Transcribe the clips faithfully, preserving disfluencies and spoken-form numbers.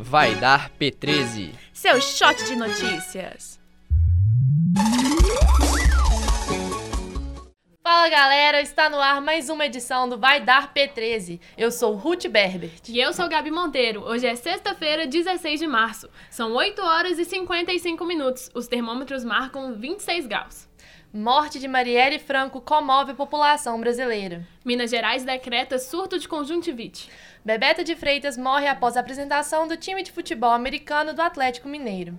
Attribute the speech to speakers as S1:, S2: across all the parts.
S1: Vai Dar P treze,
S2: seu shot de notícias. Fala galera, está no ar mais uma edição do Vai Dar P treze. Eu sou Ruth Berbert.
S3: E eu sou Gabi Monteiro. Hoje é sexta-feira, dezesseis de março. São oito horas e cinquenta e cinco minutos. Os termômetros marcam vinte e seis graus.
S2: Morte de Marielle Franco comove a população brasileira.
S3: Minas Gerais decreta surto de conjuntivite.
S2: Bebeto de Freitas morre após a apresentação do time de futebol americano do Atlético Mineiro.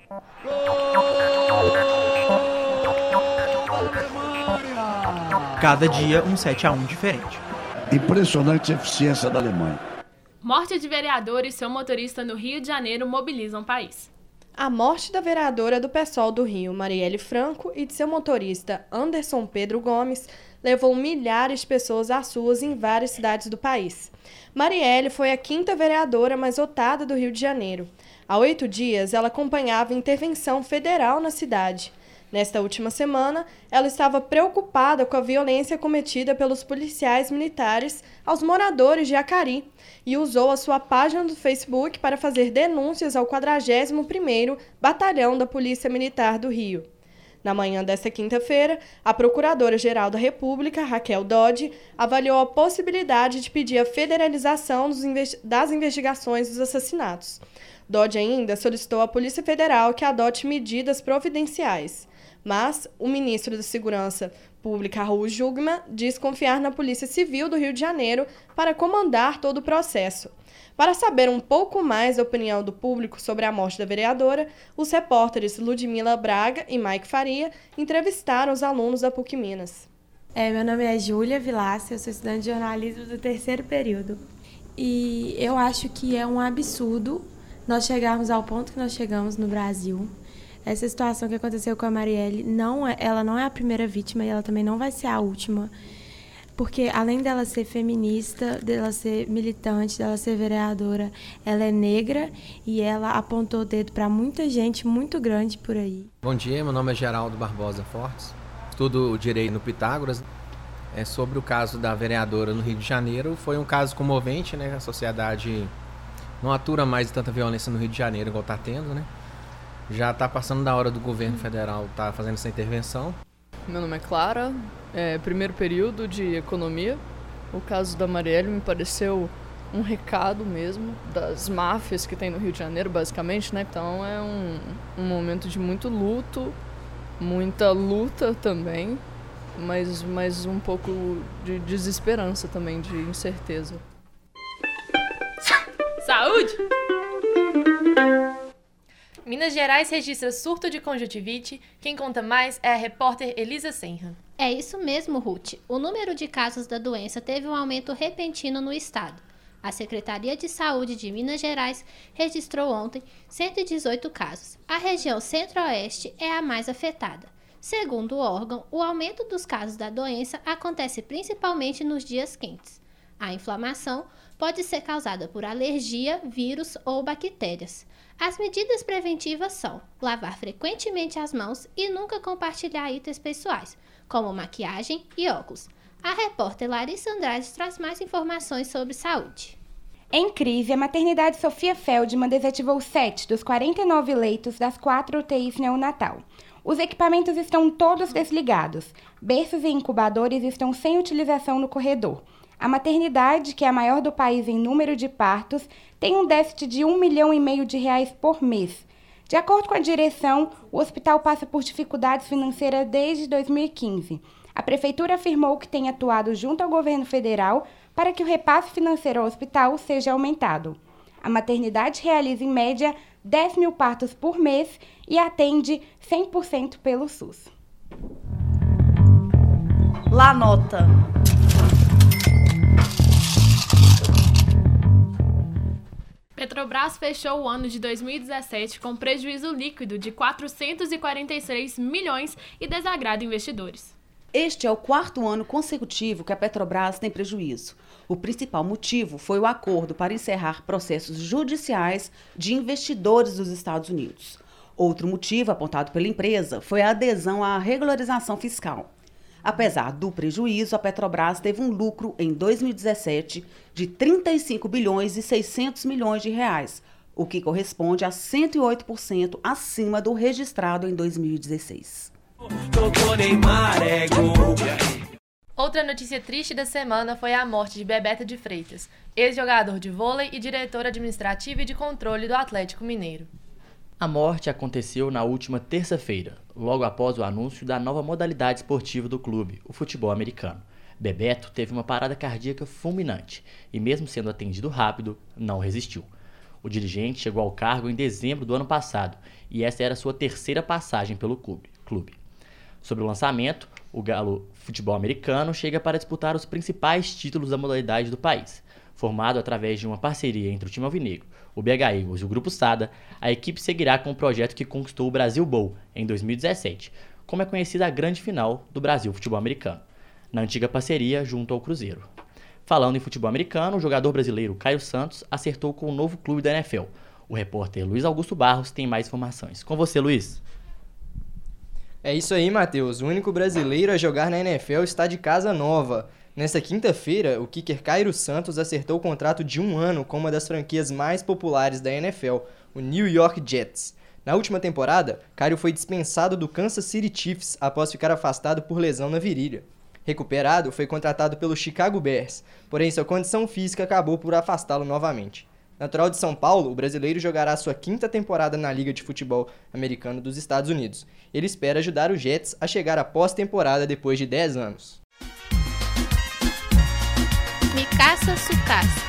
S4: Cada dia um sete a um diferente.
S5: Impressionante a eficiência da Alemanha.
S3: Morte de vereador e seu motorista no Rio de Janeiro mobilizam o país.
S6: A morte da vereadora do PSOL do Rio, Marielle Franco, e de seu motorista, Anderson Pedro Gomes, levou milhares de pessoas às ruas em várias cidades do país. Marielle foi a quinta vereadora mais votada do Rio de Janeiro. Há oito dias, ela acompanhava a intervenção federal na cidade. Nesta última semana, ela estava preocupada com a violência cometida pelos policiais militares aos moradores de Acari e usou a sua página do Facebook para fazer denúncias ao quadragésimo primeiro Batalhão da Polícia Militar do Rio. Na manhã desta quinta-feira, a Procuradora-Geral da República, Raquel Dodge, avaliou a possibilidade de pedir a federalização dos investi- das investigações dos assassinatos. Dodge ainda solicitou à Polícia Federal que adote medidas providenciais. Mas o ministro da Segurança Pública, Raul Jungmann, diz confiar na Polícia Civil do Rio de Janeiro para comandar todo o processo. Para saber um pouco mais da opinião do público sobre a morte da vereadora, os repórteres Ludmila Braga e Mike Faria entrevistaram os alunos da PUC Minas.
S7: É, meu nome é Júlia Vilaça, eu sou estudante de jornalismo do terceiro período. E eu acho que é um absurdo nós chegarmos ao ponto que nós chegamos no Brasil. Essa situação que aconteceu com a Marielle, não é, ela não é a primeira vítima e ela também não vai ser a última. Porque além dela ser feminista, dela ser militante, dela ser vereadora, ela é negra e ela apontou o dedo para muita gente muito grande por aí.
S8: Bom dia, meu nome é Geraldo Barbosa Fortes, estudo Direito no Pitágoras. É sobre o caso da vereadora no Rio de Janeiro. Foi um caso comovente, né? A sociedade não atura mais tanta violência no Rio de Janeiro igual está tendo, né? Já está passando da hora do governo federal estar tá fazendo essa intervenção.
S9: Meu nome é Clara, é primeiro período de Economia. O caso da Marielle me pareceu um recado mesmo das máfias que tem no Rio de Janeiro, basicamente, né? Então é um, um momento de muito luto, muita luta também, mas, mas um pouco de desesperança também, de incerteza.
S3: Saúde!
S2: Minas Gerais registra surto de conjuntivite. Quem conta mais é a repórter Elisa Senra.
S10: É isso mesmo, Ruth. O número de casos da doença teve um aumento repentino no estado. A Secretaria de Saúde de Minas Gerais registrou ontem cento e dezoito casos. A região centro-oeste é a mais afetada. Segundo o órgão, o aumento dos casos da doença acontece principalmente nos dias quentes. A inflamação pode ser causada por alergia, vírus ou bactérias. As medidas preventivas são lavar frequentemente as mãos e nunca compartilhar itens pessoais, como maquiagem e óculos. A repórter Larissa Andrade traz mais informações sobre saúde.
S11: Em crise, a maternidade Sofia Feldman desativou sete dos quarenta e nove leitos das quatro U T Is neonatal. Os equipamentos estão todos desligados. Berços e incubadores estão sem utilização no corredor. A maternidade, que é a maior do país em número de partos, tem um déficit de um milhão e meio de reais por mês. De acordo com a direção, o hospital passa por dificuldades financeiras desde dois mil e quinze. A prefeitura afirmou que tem atuado junto ao governo federal para que o repasse financeiro ao hospital seja aumentado. A maternidade realiza, em média, dez mil partos por mês e atende cem por cento pelo SUS.
S2: La Nota.
S3: Petrobras fechou o ano de dois mil e dezessete com prejuízo líquido de quatrocentos e quarenta e seis milhões e desagrada investidores.
S12: Este é o quarto ano consecutivo que a Petrobras tem prejuízo. O principal motivo foi o acordo para encerrar processos judiciais de investidores dos Estados Unidos. Outro motivo apontado pela empresa foi a adesão à regularização fiscal. Apesar do prejuízo, a Petrobras teve um lucro em dois mil e dezessete de trinta e cinco bilhões e seiscentos milhões de reais, o que corresponde a cento e oito por cento acima do registrado em dois mil e dezesseis.
S2: Outra notícia triste da semana foi a morte de Bebeto de Freitas, ex-jogador de vôlei e diretor administrativo e de controle do Atlético Mineiro.
S1: A morte aconteceu na última terça-feira, logo após o anúncio da nova modalidade esportiva do clube, o futebol americano. Bebeto teve uma parada cardíaca fulminante e, mesmo sendo atendido rápido, não resistiu. O dirigente chegou ao cargo em dezembro do ano passado e essa era sua terceira passagem pelo clube. Sobre o lançamento, o Galo Futebol Americano chega para disputar os principais títulos da modalidade do país. Formado através de uma parceria entre o time alvinegro, o B H Eagles e o Grupo Sada, a equipe seguirá com o projeto que conquistou o Brasil Bowl em dois mil e dezessete, como é conhecida a grande final do Brasil Futebol Americano, na antiga parceria junto ao Cruzeiro. Falando em futebol americano, o jogador brasileiro Caio Santos acertou com o novo clube da N F L. O repórter Luiz Augusto Barros tem mais informações. Com você, Luiz.
S13: É isso aí, Matheus. O único brasileiro a jogar na N F L está de casa nova. Nesta quinta-feira, o kicker Caio Santos acertou o contrato de um ano com uma das franquias mais populares da N F L, o New York Jets. Na última temporada, Caio foi dispensado do Kansas City Chiefs após ficar afastado por lesão na virilha. Recuperado, foi contratado pelo Chicago Bears, porém sua condição física acabou por afastá-lo novamente. Natural de São Paulo, o brasileiro jogará sua quinta temporada na Liga de Futebol Americano dos Estados Unidos. Ele espera ajudar os Jets a chegar à pós-temporada depois de dez anos.
S10: Mikasa Sukasa.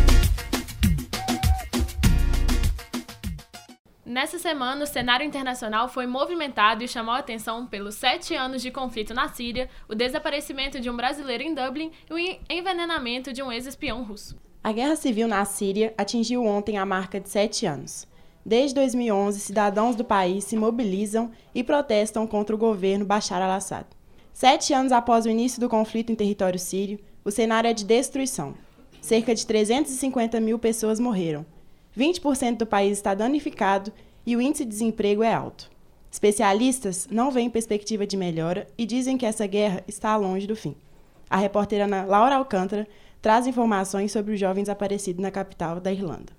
S3: Nessa semana, o cenário internacional foi movimentado e chamou a atenção pelos sete anos de conflito na Síria, o desaparecimento de um brasileiro em Dublin e o envenenamento de um ex-espião russo.
S14: A guerra civil na Síria atingiu ontem a marca de sete anos. Desde dois mil e onze, cidadãos do país se mobilizam e protestam contra o governo Bashar al-Assad. Sete anos após o início do conflito em território sírio, o cenário é de destruição. Cerca de trezentas e cinquenta mil pessoas morreram. vinte por cento do país está danificado e o índice de desemprego é alto. Especialistas não veem perspectiva de melhora e dizem que essa guerra está longe do fim. A repórter Ana Laura Alcântara traz informações sobre os jovens desaparecidos na capital da Irlanda.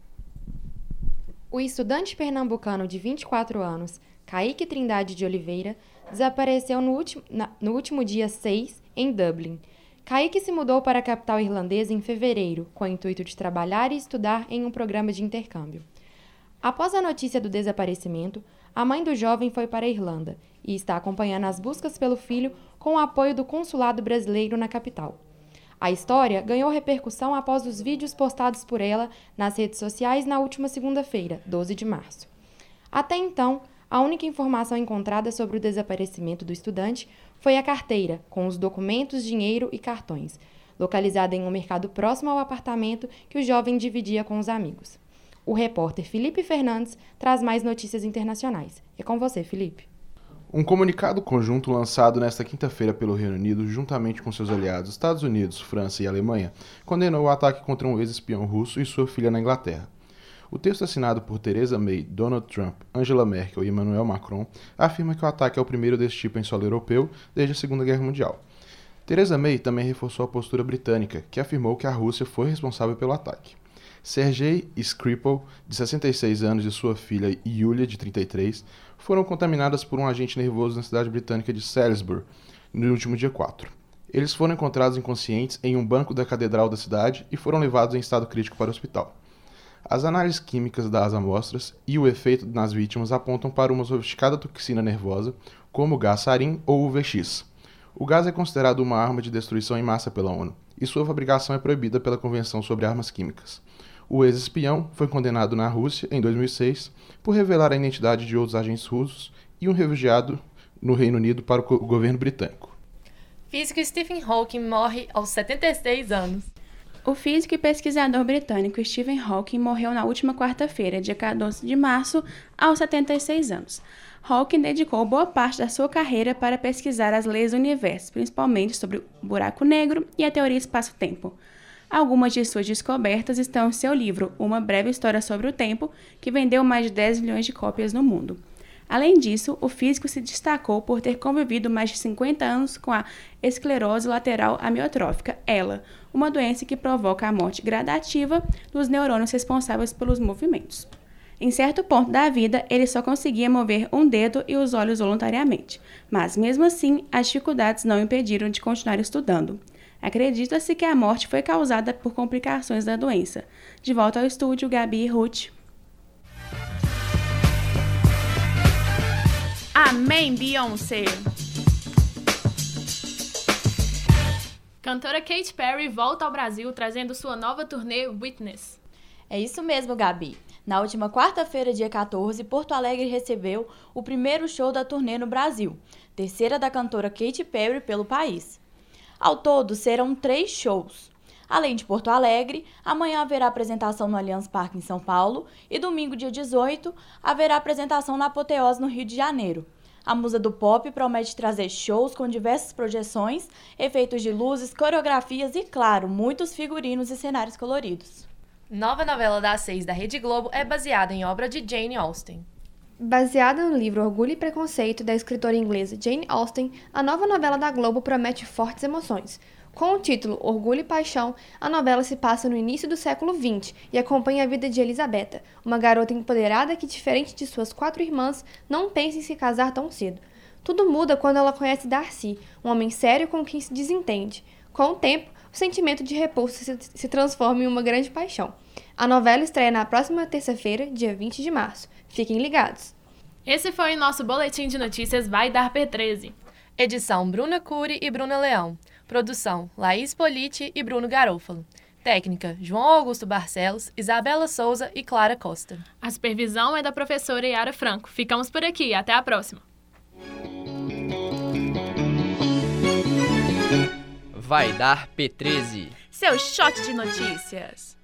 S15: O estudante pernambucano de vinte e quatro anos, Kaique Trindade de Oliveira, desapareceu no último, na, no último dia seis, em Dublin. Kaique se mudou para a capital irlandesa em fevereiro, com o intuito de trabalhar e estudar em um programa de intercâmbio. Após a notícia do desaparecimento, a mãe do jovem foi para a Irlanda e está acompanhando as buscas pelo filho com o apoio do consulado brasileiro na capital. A história ganhou repercussão após os vídeos postados por ela nas redes sociais na última segunda-feira, doze de março. Até então, a única informação encontrada sobre o desaparecimento do estudante foi a carteira, com os documentos, dinheiro e cartões, localizada em um mercado próximo ao apartamento que o jovem dividia com os amigos. O repórter Felipe Fernandes traz mais notícias internacionais. É com você, Felipe.
S16: Um comunicado conjunto lançado nesta quinta-feira pelo Reino Unido, juntamente com seus aliados Estados Unidos, França e Alemanha, condenou o ataque contra um ex-espião russo e sua filha na Inglaterra. O texto assinado por Theresa May, Donald Trump, Angela Merkel e Emmanuel Macron afirma que o ataque é o primeiro desse tipo em solo europeu desde a Segunda Guerra Mundial. Theresa May também reforçou a postura britânica, que afirmou que a Rússia foi responsável pelo ataque. Sergei Skripal, de sessenta e seis anos, e sua filha Yulia, de trinta e três, foram contaminadas por um agente nervoso na cidade britânica de Salisbury, no último dia quatro. Eles foram encontrados inconscientes em um banco da catedral da cidade e foram levados em estado crítico para o hospital. As análises químicas das amostras e o efeito nas vítimas apontam para uma sofisticada toxina nervosa, como o gás sarin ou o V X. O gás é considerado uma arma de destruição em massa pela ONU, e sua fabricação é proibida pela Convenção sobre Armas Químicas. O ex-espião foi condenado na Rússia, em dois mil e seis, por revelar a identidade de outros agentes russos e um refugiado no Reino Unido para o governo britânico.
S2: Físico Stephen Hawking morre aos setenta e seis anos.
S17: O físico e pesquisador britânico Stephen Hawking morreu na última quarta-feira, dia quatorze de março, aos setenta e seis anos. Hawking dedicou boa parte da sua carreira para pesquisar as leis do universo, principalmente sobre o buraco negro e a teoria espaço-tempo. Algumas de suas descobertas estão em seu livro Uma Breve História sobre o Tempo, que vendeu mais de dez milhões de cópias no mundo. Além disso, o físico se destacou por ter convivido mais de cinquenta anos com a esclerose lateral amiotrófica, E L A, uma doença que provoca a morte gradativa dos neurônios responsáveis pelos movimentos. Em certo ponto da vida, ele só conseguia mover um dedo e os olhos voluntariamente, mas mesmo assim, as dificuldades não o impediram de continuar estudando. Acredita-se que a morte foi causada por complicações da doença. De volta ao estúdio, Gabi e Ruth.
S3: Amém, Beyoncé! Cantora Katy Perry volta ao Brasil trazendo sua nova turnê Witness.
S18: É isso mesmo, Gabi. Na última quarta-feira, dia quatorze, Porto Alegre recebeu o primeiro show da turnê no Brasil, terceira da cantora Katy Perry pelo país. Ao todo, serão três shows. Além de Porto Alegre, amanhã haverá apresentação no Allianz Parque em São Paulo e domingo, dia dezoito, haverá apresentação na Apoteose no Rio de Janeiro. A musa do pop promete trazer shows com diversas projeções, efeitos de luzes, coreografias e, claro, muitos figurinos e cenários coloridos.
S2: Nova novela das seis da Rede Globo é baseada em obra de Jane Austen.
S15: Baseada no livro Orgulho e Preconceito da escritora inglesa Jane Austen, a nova novela da Globo promete fortes emoções. Com o título Orgulho e Paixão, a novela se passa no início do século vinte e acompanha a vida de Elizabeth, uma garota empoderada que, diferente de suas quatro irmãs, não pensa em se casar tão cedo. Tudo muda quando ela conhece Darcy, um homem sério com quem se desentende. Com o tempo, o sentimento de repulsa se, se transforma em uma grande paixão. A novela estreia na próxima terça-feira, dia vinte de março. Fiquem ligados.
S3: Esse foi o nosso Boletim de Notícias Vai Dar P treze.
S2: Edição Bruna Cury e Bruna Leão. Produção Laís Politi e Bruno Garofalo. Técnica João Augusto Barcelos, Isabela Souza e Clara Costa.
S3: A supervisão é da professora Yara Franco. Ficamos por aqui. Até a próxima.
S13: Vai Dar P treze.
S3: Seu shot de notícias.